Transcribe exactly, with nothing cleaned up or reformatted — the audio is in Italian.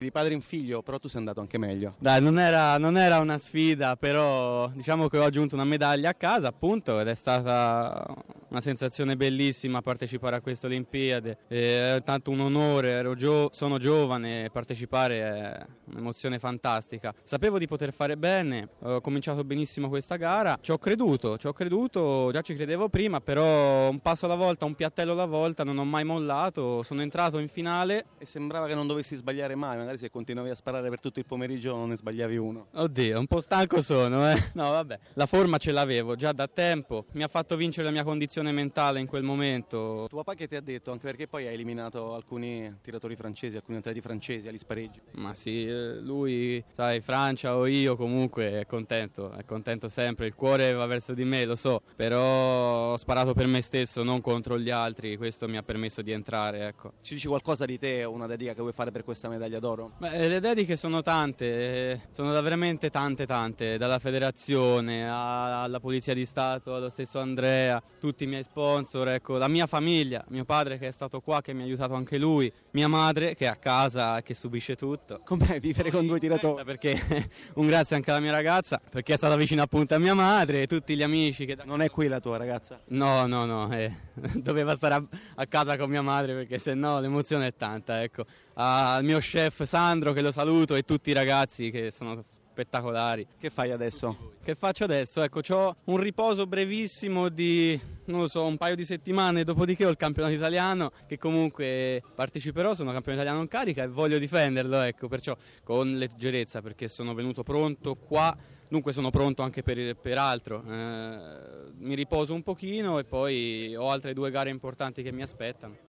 Di padre in figlio, però tu sei andato anche meglio. Dai, non era, non era una sfida, però diciamo che ho aggiunto una medaglia a casa, appunto, ed è stata una sensazione bellissima partecipare a queste Olimpiadi. È tanto un onore, ero gio- sono giovane, partecipare è un'emozione fantastica. Sapevo di poter fare bene, ho cominciato benissimo questa gara, ci ho creduto, ci ho creduto, già ci credevo prima, però un passo alla volta, un piattello alla volta, non ho mai mollato, sono entrato in finale. E sembrava che non dovessi sbagliare mai, magari se continuavi a sparare per tutto il pomeriggio non ne sbagliavi uno. Oddio, un po' stanco sono, eh. No, vabbè, la forma ce l'avevo già da tempo, mi ha fatto vincere la mia condizione mentale in quel momento. Tuo papà che ti ha detto, anche perché poi hai eliminato alcuni tiratori francesi, alcuni atleti francesi agli spareggi. Ma sì, lui, sai, Francia o io comunque è contento, è contento sempre, il cuore va verso di me, lo so, però ho sparato per me stesso, non contro gli altri, questo mi ha permesso di entrare, ecco. Ci dici qualcosa di te, una dedica che vuoi fare per questa medaglia d'oro? Beh, le dediche sono tante, sono da veramente tante tante, dalla federazione alla Polizia di Stato, allo stesso Andrea, tutti i miei sponsor, ecco, la mia famiglia, mio padre che è stato qua, che mi ha aiutato anche lui, mia madre che è a casa e che subisce tutto. Com'è vivere con due tiratori? Perché un grazie anche alla mia ragazza, perché è stata vicina appunto a mia madre e tutti gli amici che... Non è qui la tua ragazza? No, no, no, eh, doveva stare a, a casa con mia madre perché se no l'emozione è tanta, ecco. Al mio chef Sandro che lo saluto e tutti i ragazzi che sono spettacolari. Che fai adesso? Che faccio adesso? Ecco, ho un riposo brevissimo di, non lo so, un paio di settimane, dopodiché ho il campionato italiano che comunque parteciperò, sono campione italiano in carica e voglio difenderlo, ecco, perciò con leggerezza perché sono venuto pronto qua. Dunque sono pronto anche per, per altro, eh, mi riposo un pochino e poi ho altre due gare importanti che mi aspettano.